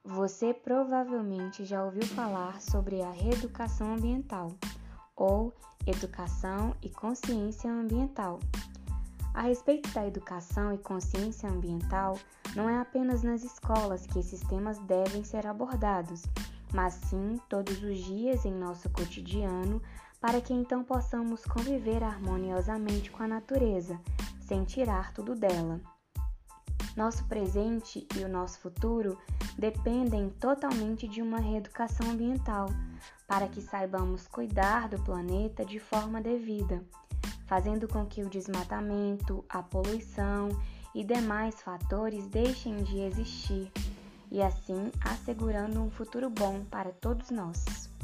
Você provavelmente já ouviu falar sobre a reeducação ambiental, ou educação e consciência ambiental. A respeito da educação e consciência ambiental, não é apenas nas escolas que esses temas devem ser abordados, mas sim todos os dias em nosso cotidiano, para que então possamos conviver harmoniosamente com a natureza, sem tirar tudo dela. Nosso presente e o nosso futuro dependem totalmente de uma reeducação ambiental, para que saibamos cuidar do planeta de forma devida, fazendo com que o desmatamento, a poluição e demais fatores deixem de existir, e assim assegurando um futuro bom para todos nós.